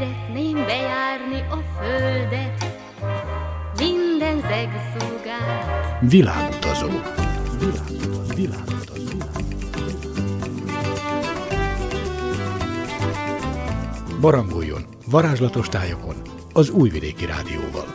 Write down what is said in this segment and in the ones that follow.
Szeretném bejárni a földet, minden zegszúgát. Világutazó. Barangoljon varázslatos tájokon az Újvidéki Rádióval.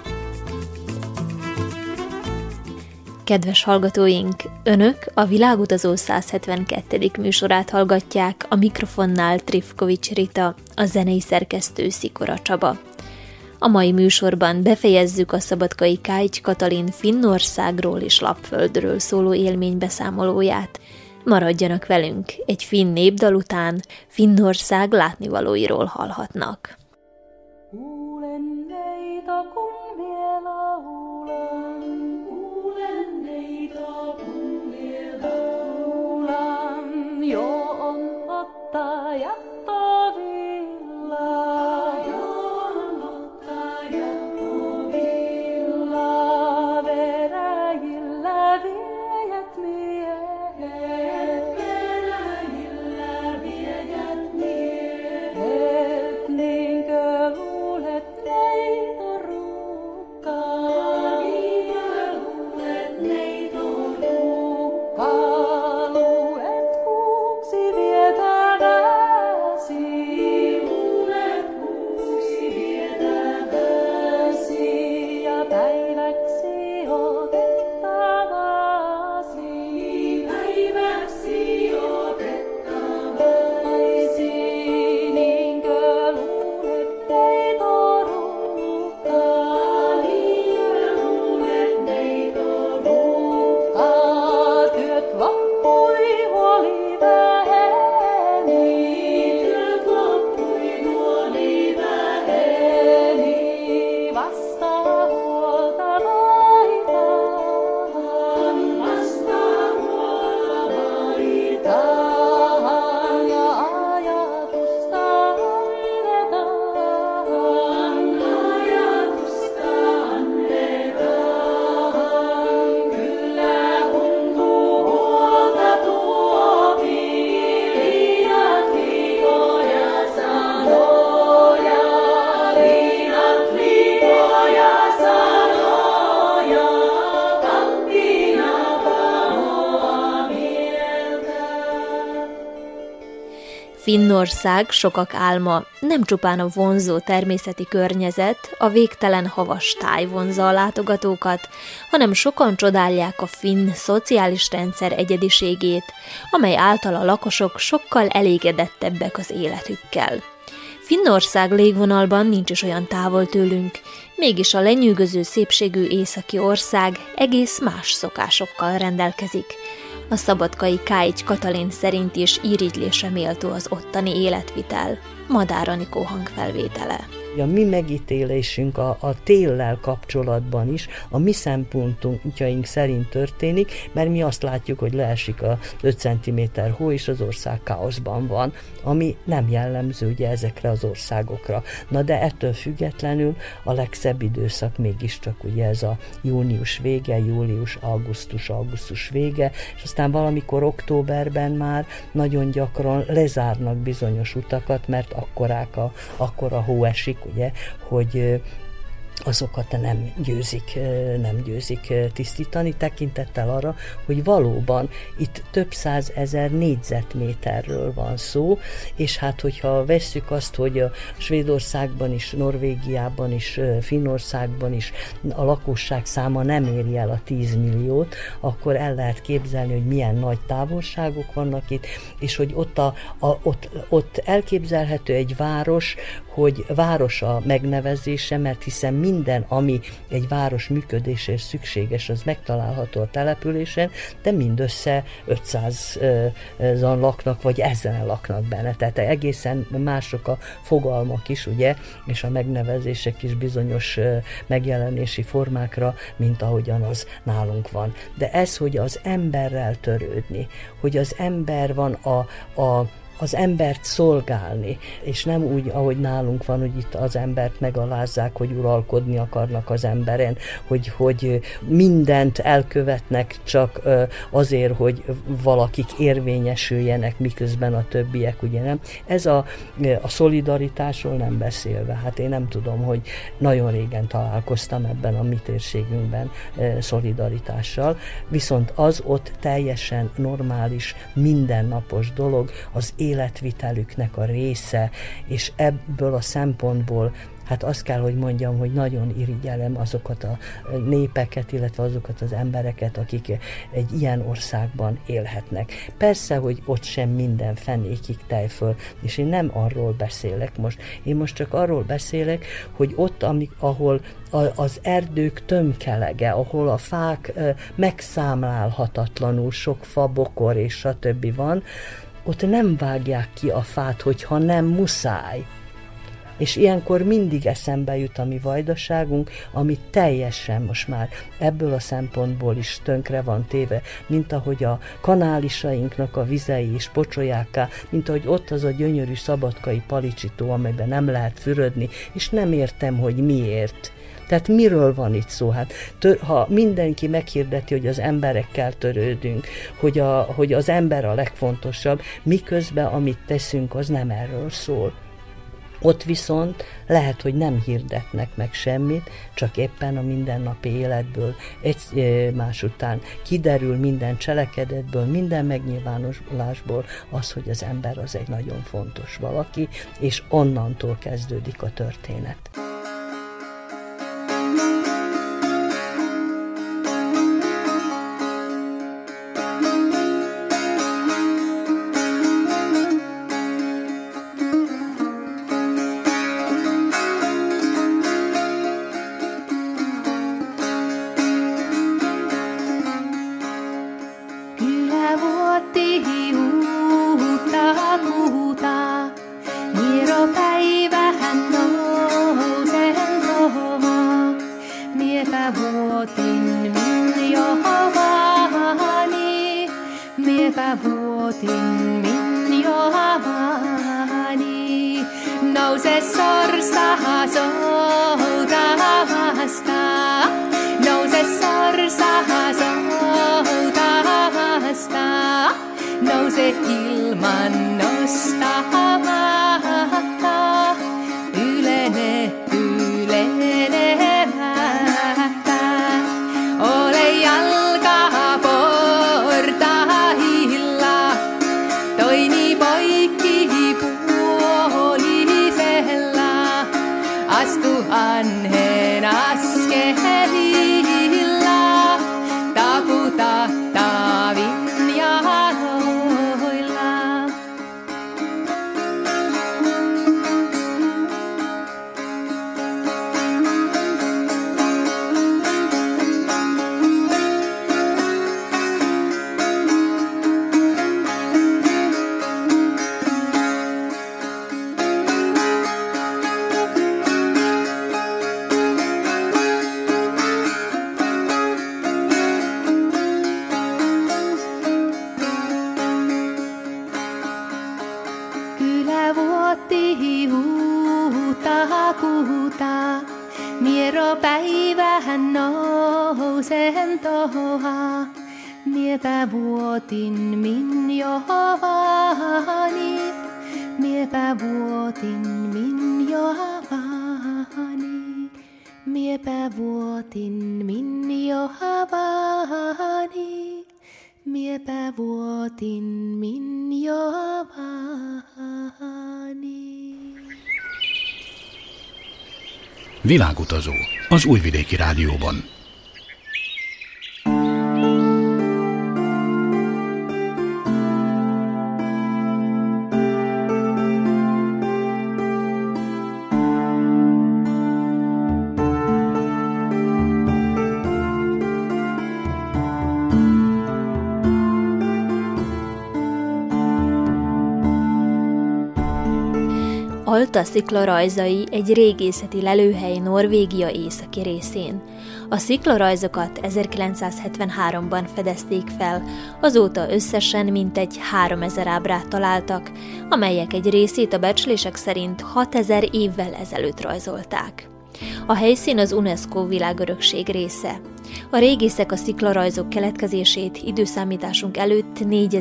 Kedves hallgatóink, Önök a Világutazó 172. műsorát hallgatják, a mikrofonnál Trifkovics Rita, a zenei szerkesztő Szikora Csaba. A mai műsorban befejezzük a szabadkai Káics Katalin Finnországról és Lappföldről szóló élménybeszámolóját. Maradjanak velünk, egy finn népdal után Finnország látnivalóiról hallhatnak. Finnország sokak álma, nem csupán a vonzó természeti környezet, a végtelen havas táj vonzza a látogatókat, hanem sokan csodálják a finn szociális rendszer egyediségét, amely által a lakosok sokkal elégedettebbek az életükkel. Finnország légvonalban nincs is olyan távol tőlünk, mégis a lenyűgöző szépségű északi ország egész más szokásokkal rendelkezik. A szabadkai Káics Katalin szerint is irigylésre méltó az ottani életvitel. Madár Anikó hangfelvétele. A mi megítélésünk a téllel kapcsolatban is a mi szempontjaink szerint történik, mert mi azt látjuk, hogy leesik a 5 cm hó, és az ország káoszban van, ami nem jellemző ugye ezekre az országokra. Na de ettől függetlenül a legszebb időszak mégiscsak ugye ez a június vége, július, augusztus vége, és aztán valamikor októberben már nagyon gyakran lezárnak bizonyos utakat, mert akkora hó esik, ugye, hogy azokat nem győzik tisztítani, tekintettel arra, hogy valóban itt több százezer négyzetméterről van szó, és hát hogyha vesszük azt, hogy a Svédországban is, Norvégiában is, Finnországban is a lakosság száma nem éri el a 10 milliót, akkor el lehet képzelni, hogy milyen nagy távolságok vannak itt, és hogy ott elképzelhető egy város, hogy város a megnevezése, mert hiszen minden, ami egy város működésére szükséges, az megtalálható a településen, de mindössze 500-an laknak, vagy 1000-en laknak benne. Tehát egészen mások a fogalmak is, ugye, és a megnevezések is bizonyos megjelenési formákra, mint ahogyan az nálunk van. De ez, hogy az emberrel törődni, hogy az ember van az embert szolgálni, és nem úgy, ahogy nálunk van, hogy itt az embert megalázzák, hogy uralkodni akarnak az emberen, hogy mindent elkövetnek csak azért, hogy valakik érvényesüljenek, miközben a többiek ugye nem. Ez a szolidaritásról nem beszélve. Hát én nem tudom, hogy nagyon régen találkoztam ebben a mi térségünkben szolidaritással, viszont az ott teljesen normális, mindennapos dolog, az életvitelüknek a része, és ebből a szempontból hát azt kell, hogy mondjam, hogy nagyon irigyelem azokat a népeket, illetve azokat az embereket, akik egy ilyen országban élhetnek. Persze, hogy ott sem minden fenékig tejföl, és én nem arról beszélek most. Én most csak arról beszélek, hogy ott, ahol az erdők tömkelege, ahol a fák megszámlálhatatlanul sok fa, bokor és stb. Van, ott nem vágják ki a fát, hogyha nem muszáj. És ilyenkor mindig eszembe jut a mi vajdaságunk, ami teljesen most már ebből a szempontból is tönkre van téve, mint ahogy a kanálisainknak a vizei is pocsolyákká, mint ahogy ott az a gyönyörű szabadkai palicsitó, amelyben nem lehet fürödni, és nem értem, hogy miért. Tehát miről van itt szó? Hát, ha mindenki meghirdeti, hogy az emberekkel törődünk, hogy az ember a legfontosabb, miközben amit teszünk, az nem erről szól. Ott viszont lehet, hogy nem hirdetnek meg semmit, csak éppen a mindennapi életből egymás után kiderül minden cselekedetből, minden megnyilvánulásból az, hogy az ember az egy nagyon fontos valaki, és onnantól kezdődik a történet. Világutazó az Újvidéki Rádióban. Alta sziklarajzai egy régészeti lelőhely Norvégia északi részén. A sziklarajzokat 1973-ban fedezték fel, azóta összesen mintegy 3000 ábrát találtak, amelyek egy részét a becslések szerint 6000 évvel ezelőtt rajzolták. A helyszín az UNESCO világörökség része. A régészek a sziklarajzok keletkezését időszámításunk előtt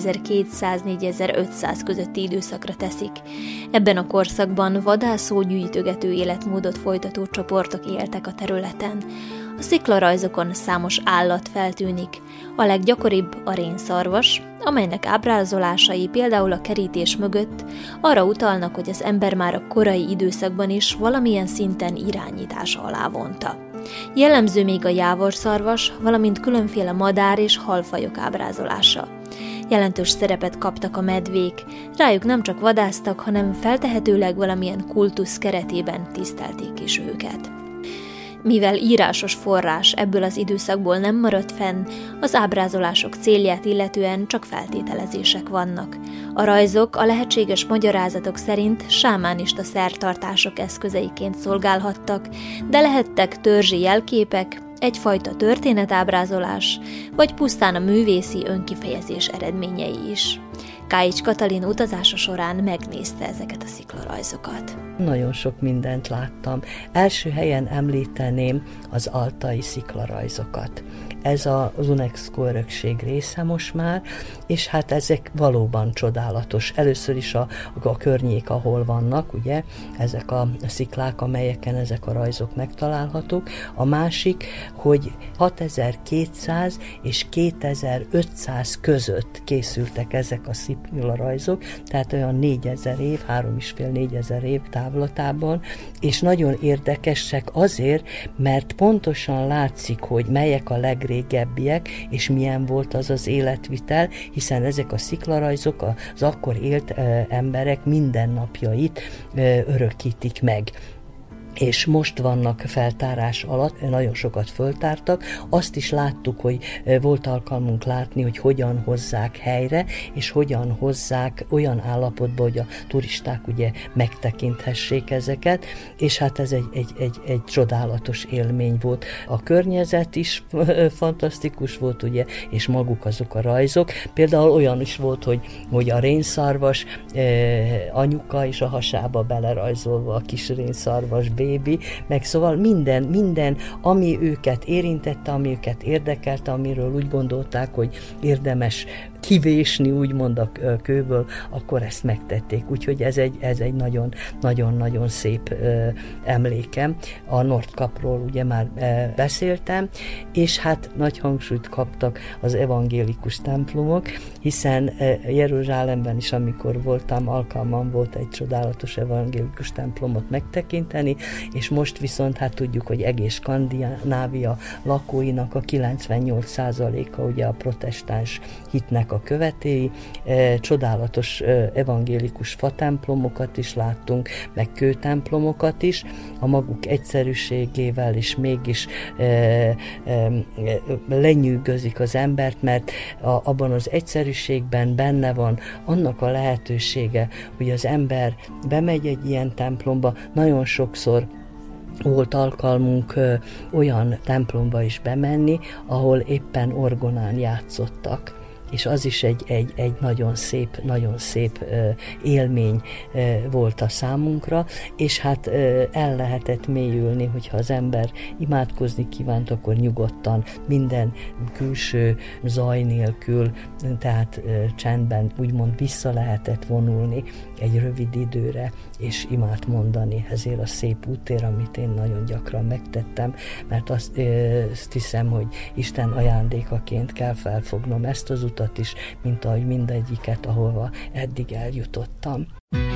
4200-4500 közötti időszakra teszik. Ebben a korszakban vadászó, gyűjtögető életmódot folytató csoportok éltek a területen. A sziklarajzokon számos állat feltűnik. A leggyakoribb a rénszarvas, amelynek ábrázolásai például a kerítés mögött arra utalnak, hogy az ember már a korai időszakban is valamilyen szinten irányítása alá vonta. Jellemző még a jávorszarvas, valamint különféle madár és halfajok ábrázolása. Jelentős szerepet kaptak a medvék, rájuk nem csak vadásztak, hanem feltehetőleg valamilyen kultusz keretében tisztelték is őket. Mivel írásos forrás ebből az időszakból nem maradt fenn, az ábrázolások célját illetően csak feltételezések vannak. A rajzok a lehetséges magyarázatok szerint sámánista szertartások eszközeiként szolgálhattak, de lehettek törzsi jelképek, egyfajta történetábrázolás, vagy pusztán a művészi önkifejezés eredményei is. Káics Katalin utazása során megnézte ezeket a sziklarajzokat. Nagyon sok mindent láttam. Első helyen említeném az altai sziklarajzokat. Ez az UNESCO örökség része most már, és hát ezek valóban csodálatos. Először is a környék, ahol vannak, ugye, ezek a sziklák, amelyeken ezek a rajzok megtalálhatók. A másik, hogy 6200 és 2500 között készültek ezek a sziklarajzok, tehát olyan 4000 év, 3,5-4000 év távlatában, és nagyon érdekesek azért, mert pontosan látszik, hogy melyek a legrégebbiek, és milyen volt az az életvitel, hiszen ezek a sziklarajzok az akkor élt emberek mindennapjait örökítik meg. És most vannak feltárás alatt, nagyon sokat föltártak. Azt is láttuk, hogy volt alkalmunk látni, hogy hogyan hozzák helyre, és hogyan hozzák olyan állapotba, hogy a turisták ugye megtekinthessék ezeket, és hát ez egy csodálatos élmény volt. A környezet is fantasztikus volt, ugye, és maguk azok a rajzok. Például olyan is volt, hogy a rénszarvas anyuka és a hasába belerajzolva a kis rénszarvas bébi, meg szóval minden, ami őket érintette, ami őket érdekelte, amiről úgy gondolták, hogy érdemes kivésni, úgymond a kőből, akkor ezt megtették. Úgyhogy ez egy nagyon-nagyon szép emlékem. A Nordkapról ugye már beszéltem, és hát nagy hangsúlyt kaptak az evangélikus templomok, hiszen Jeruzsálemben is, amikor voltam, alkalmam volt egy csodálatos evangélikus templomot megtekinteni, és most viszont hát tudjuk, hogy egész Skandinávia lakóinak a 98%-a ugye a protestáns hitnek a követői. Csodálatos evangélikus fatemplomokat is láttunk, meg kőtemplomokat is, a maguk egyszerűségével, és mégis lenyűgözik az embert, mert abban az egyszerűségben benne van annak a lehetősége, hogy az ember bemegy egy ilyen templomba, nagyon sokszor volt alkalmunk olyan templomba is bemenni, ahol éppen orgonán játszottak, és az is egy nagyon szép élmény volt a számunkra, és hát el lehetett mélyülni, hogyha az ember imádkozni kívánt, akkor nyugodtan, minden külső zaj nélkül, tehát csendben úgymond vissza lehetett vonulni egy rövid időre, és imát mondani ezért a szép úttér, amit én nagyon gyakran megtettem, mert azt hiszem, hogy Isten ajándékaként kell felfognom ezt az utat is, mint ahogy mindegyiket, ahova eddig eljutottam.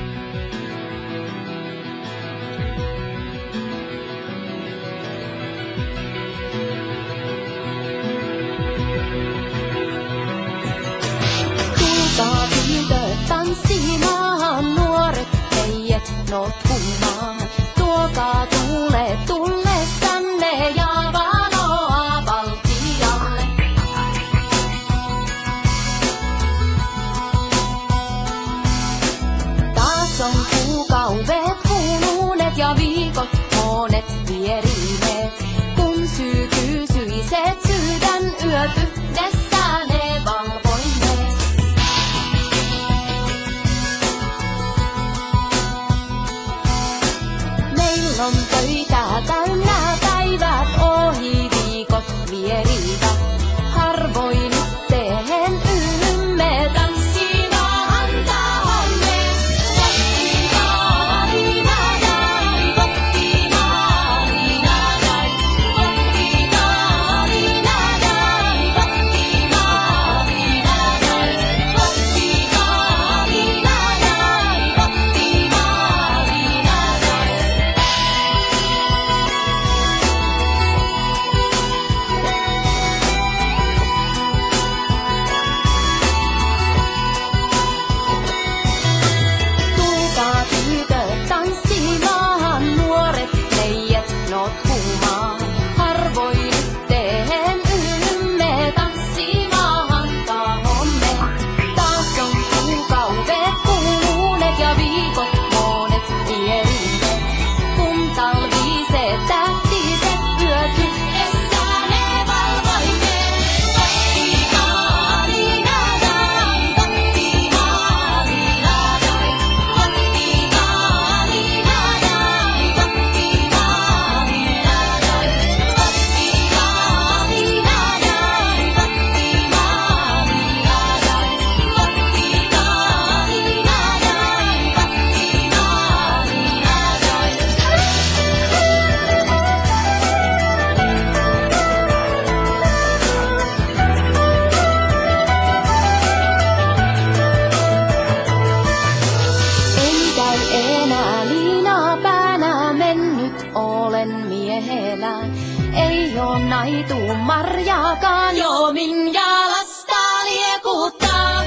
Tulkaa tytöt tanssimaan, nuoret äijät notkumaan. Tuokaa tuulet tullessanne ja valoa valtialle. Taas on kuukaudet on töitä täynnä, päivät ohi, viikot vie riitä. Harvoin nyt teen yhdymme tanssimaan tahomme. Marjaakaan jo min jalasta liekuttaa.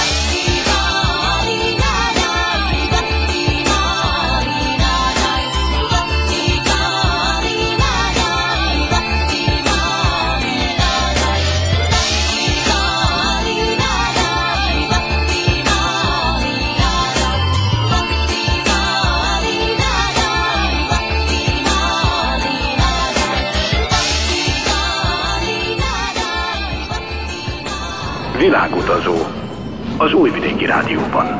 Világutazó az Újvidéki Rádióban.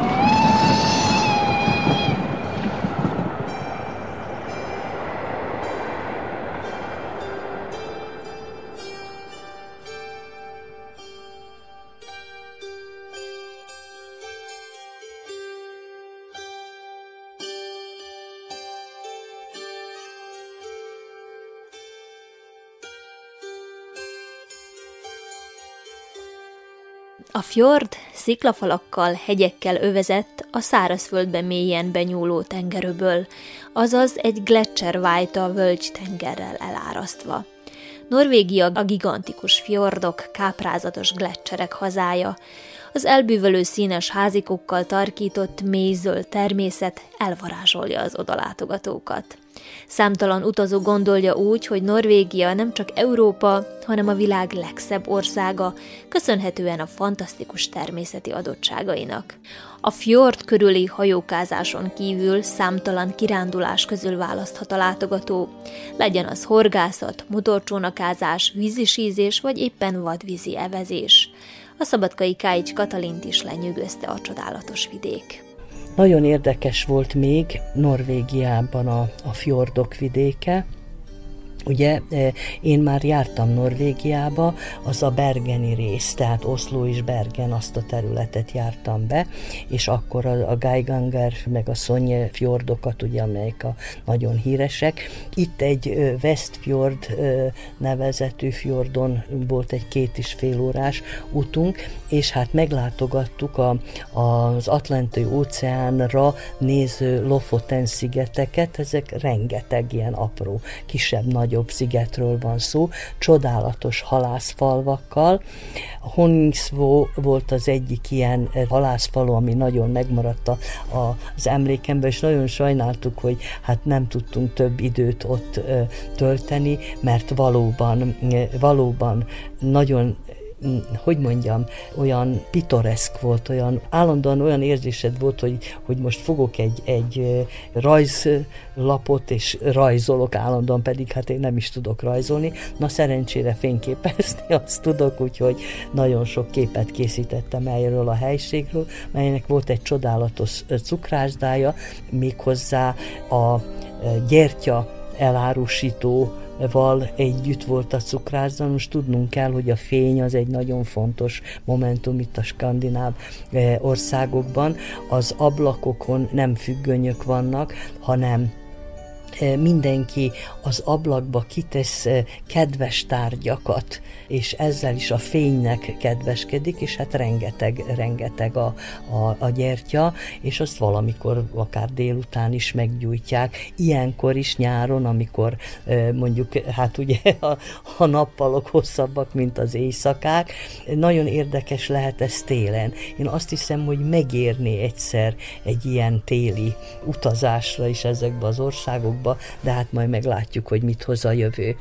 A fjord sziklafalakkal, hegyekkel övezett, a szárazföldben mélyen benyúló tengeröböl, azaz egy gleccservájta völgytengerrel elárasztva. Norvégia a gigantikus fjordok, káprázatos gleccserek hazája. Az elbűvölő színes házikokkal tarkított mélyzöld természet elvarázsolja az odalátogatókat. Számtalan utazó gondolja úgy, hogy Norvégia nem csak Európa, hanem a világ legszebb országa, köszönhetően a fantasztikus természeti adottságainak. A fjord körüli hajókázáson kívül számtalan kirándulás közül választhat a látogató, legyen az horgászat, motorcsónakázás, vízisízés vagy éppen vadvízi evezés. A szabadkai Káics Katalint is lenyűgözte a csodálatos vidék. Nagyon érdekes volt még Norvégiában a fjordok vidéke. Ugye én már jártam Norvégiába, az a bergeni rész, tehát Oszló és Bergen, azt a területet jártam be, és akkor a Geiranger meg a Sonje fjordokat, ugye, amelyek nagyon híresek. Itt egy Westfjord nevezetű fjordon volt egy 2,5 órás utunk, és hát meglátogattuk az Atlanti óceánra néző Lofoten szigeteket, ezek rengeteg ilyen apró, kisebb, nagyobb szigetről van szó, csodálatos halászfalvakkal. A Honningsvå volt az egyik ilyen halászfalu, ami nagyon megmaradt az emlékemben, és nagyon sajnáltuk, hogy hát nem tudtunk több időt ott tölteni, mert valóban nagyon hogy mondjam, olyan pitoreszk volt, olyan állandóan olyan érzésed volt, hogy most fogok egy rajzlapot, és rajzolok állandóan, pedig hát én nem is tudok rajzolni. Na, szerencsére fényképezni azt tudok, úgyhogy nagyon sok képet készítettem erről a helységről, melynek volt egy csodálatos cukrászdája, méghozzá a gyertya elárusítóval együtt volt a cukrászda. Most tudnunk kell, hogy a fény az egy nagyon fontos momentum itt a skandináv országokban. Az ablakokon nem függönyök vannak, hanem mindenki az ablakba kitesz kedves tárgyakat, és ezzel is a fénynek kedveskedik, és hát rengeteg a gyertya, és azt valamikor akár délután is meggyújtják. Ilyenkor is nyáron, amikor mondjuk, hát ugye a nappalok hosszabbak, mint az éjszakák. Nagyon érdekes lehet ez télen. Én azt hiszem, hogy megérné egyszer egy ilyen téli utazásra is ezekbe az országokba, de hát majd meglátjuk, hogy mit hoz a jövő.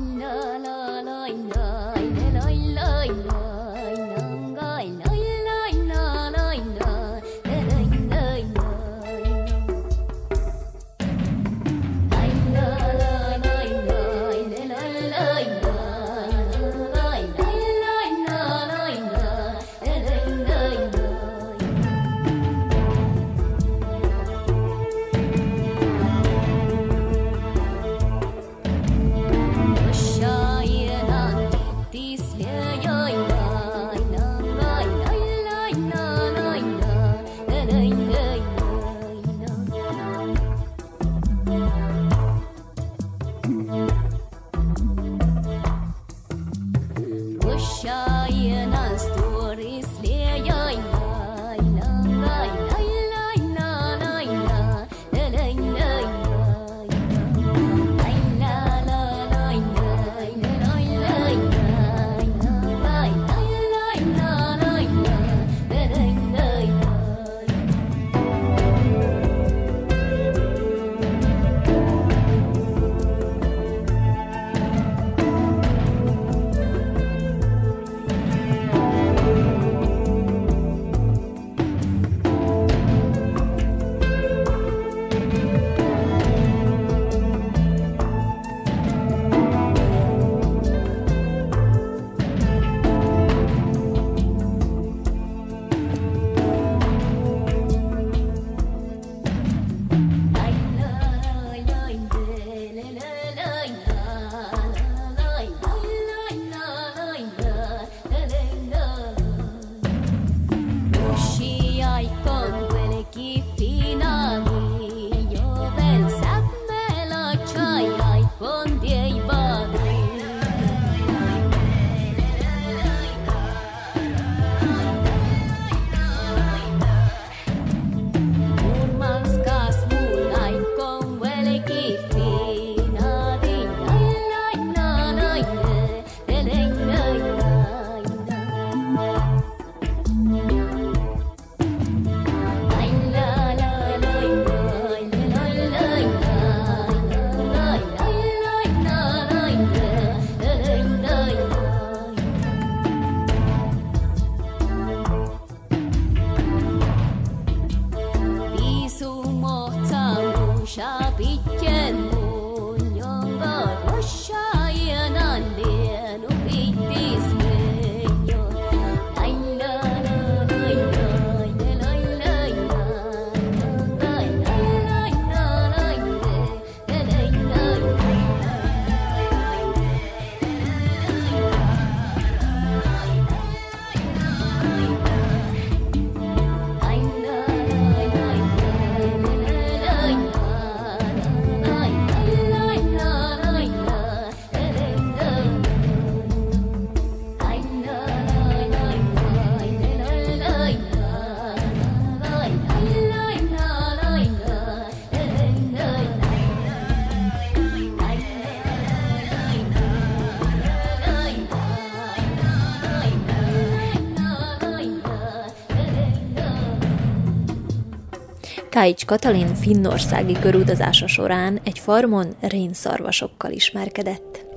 Káics Katalin finnországi körutazása során egy farmon rénszarvasokkal ismerkedett.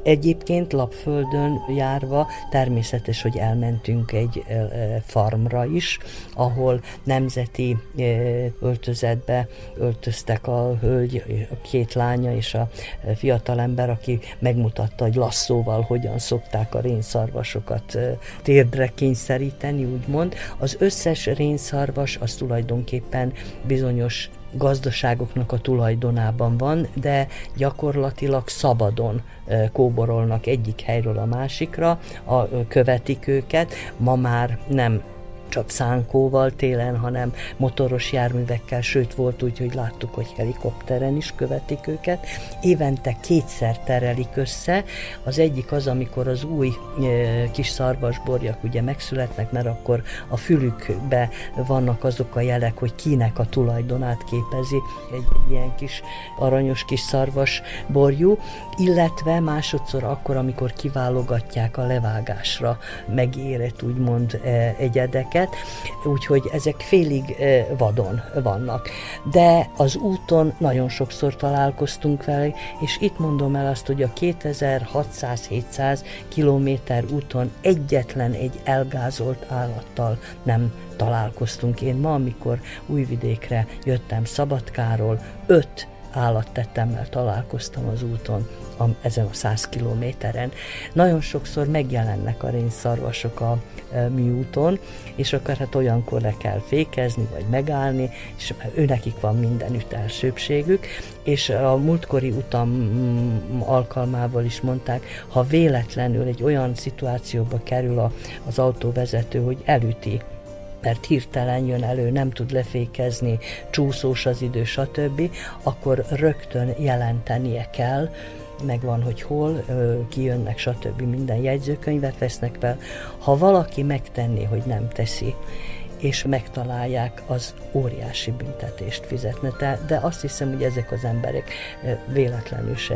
Egyébként Lapföldön járva természetes, hogy elmentünk egy farmra is, ahol nemzeti öltözetbe öltöztek a hölgy, a 2 lánya és a fiatalember, aki megmutatta, hogy lasszóval hogyan szokták a rénszarvasokat térdre kényszeríteni, úgymond. Az összes rénszarvas az tulajdonképpen bizonyos gazdaságoknak a tulajdonában van, de gyakorlatilag szabadon kóborolnak egyik helyről a másikra, követik őket. Ma már nem csak szánkóval télen, hanem motoros járművekkel, sőt volt úgy, hogy láttuk, hogy helikopteren is követik őket. Évente 2-szer terelik össze. Az egyik az, amikor az új kis szarvasborjak ugye megszületnek, mert akkor a fülükbe vannak azok a jelek, hogy kinek a tulajdonát képezi egy ilyen kis aranyos kis szarvasborjú, illetve másodszor akkor, amikor kiválogatják a levágásra megérett úgymond egyedeket, úgyhogy ezek félig vadon vannak. De az úton nagyon sokszor találkoztunk vele, és itt mondom el azt, hogy a 2600-700 kilométer úton egyetlen egy elgázolt állattal nem találkoztunk. Én ma, amikor Újvidékre jöttem Szabadkáról, 5 állattettemmel találkoztam az úton, ezen a 100 kilométeren. Nagyon sokszor megjelennek a rénszarvasok a műúton, és akkor hát olyankor le kell fékezni, vagy megállni, és őnekik van mindenütt elsőbbségük, és a múltkori utam alkalmával is mondták, ha véletlenül egy olyan szituációba kerül az autóvezető, hogy elüti, mert hirtelen jön elő, nem tud lefékezni, csúszós az idő, stb., akkor rögtön jelentenie kell, megvan, hogy hol, kijönnek, stb. Minden jegyzőkönyvet vesznek fel. Ha valaki megtenné, hogy nem teszi, és megtalálják, az óriási büntetést fizetne. De azt hiszem, hogy ezek az emberek véletlenül se,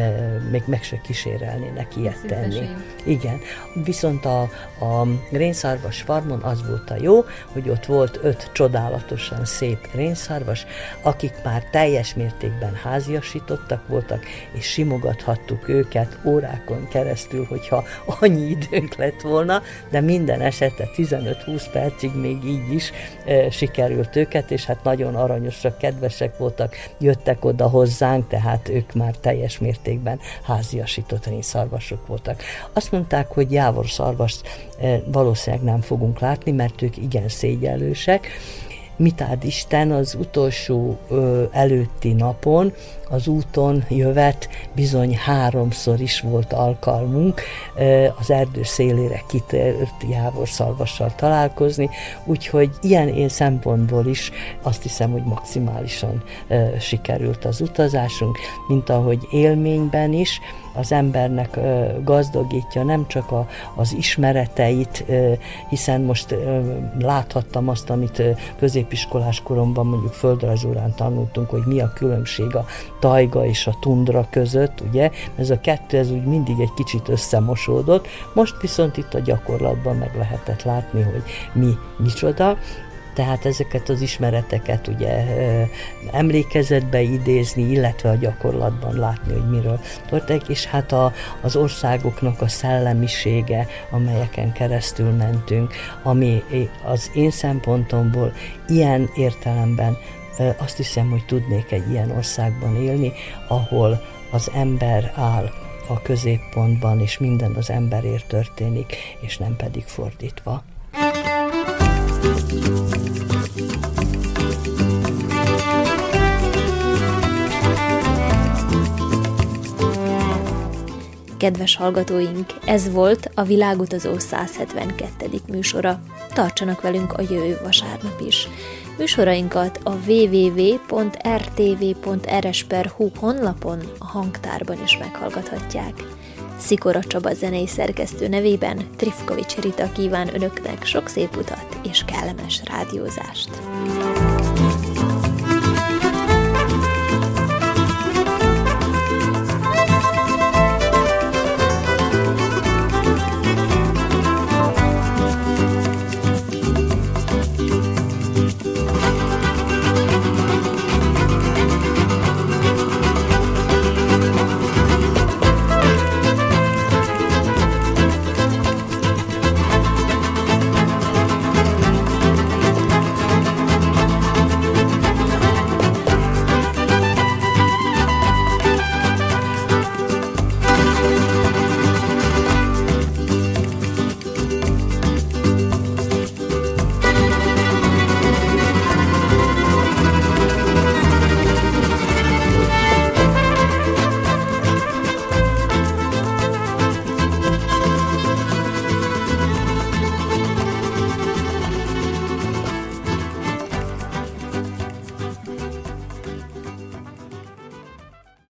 még meg se kísérelnének ilyet tenni. Igen. Viszont a rénszarvas farmon az volt a jó, hogy ott volt 5 csodálatosan szép rénszarvas, akik már teljes mértékben háziasítottak voltak, és simogathattuk őket órákon keresztül, hogyha annyi időnk lett volna, de minden esetre 15-20 percig még így is sikerült őket, és hát nagyon aranyosak, kedvesek voltak, jöttek oda hozzánk, tehát ők már teljes mértékben háziasított rénszarvasok voltak. Azt mondták, hogy jávorszarvast valószínűleg nem fogunk látni, mert ők igen szégyellősek. Mit áld Isten, az utolsó előtti napon az úton jövet bizony 3-szor is volt alkalmunk az erdő szélére kitért jávorszarvassal találkozni, úgyhogy ilyen szempontból is azt hiszem, hogy maximálisan sikerült az utazásunk, mint ahogy élményben is az embernek gazdagítja nem csak az ismereteit, hiszen most láthattam azt, amit középiskolás koromban mondjuk földrajzórán tanultunk, hogy mi a különbség a tajga és a tundra között, ugye? Ez a kettő, ez úgy mindig egy kicsit összemosódott, most viszont itt a gyakorlatban meg lehetett látni, hogy mi micsoda. Tehát ezeket az ismereteket ugye emlékezetbe idézni, illetve a gyakorlatban látni, hogy miről történik, és hát az országoknak a szellemisége, amelyeken keresztül mentünk, ami az én szempontomból ilyen értelemben azt hiszem, hogy tudnék egy ilyen országban élni, ahol az ember áll a középpontban, és minden az emberért történik, és nem pedig fordítva. Kedves hallgatóink, ez volt a Világutazó 172. műsora. Tartsanak velünk a jövő vasárnap is. Műsorainkat a www.rtv.rs.hu honlapon, a hangtárban is meghallgathatják. Szikora Csaba zenei szerkesztő nevében Trifkovics Rita kíván önöknek sok szép utat és kellemes rádiózást.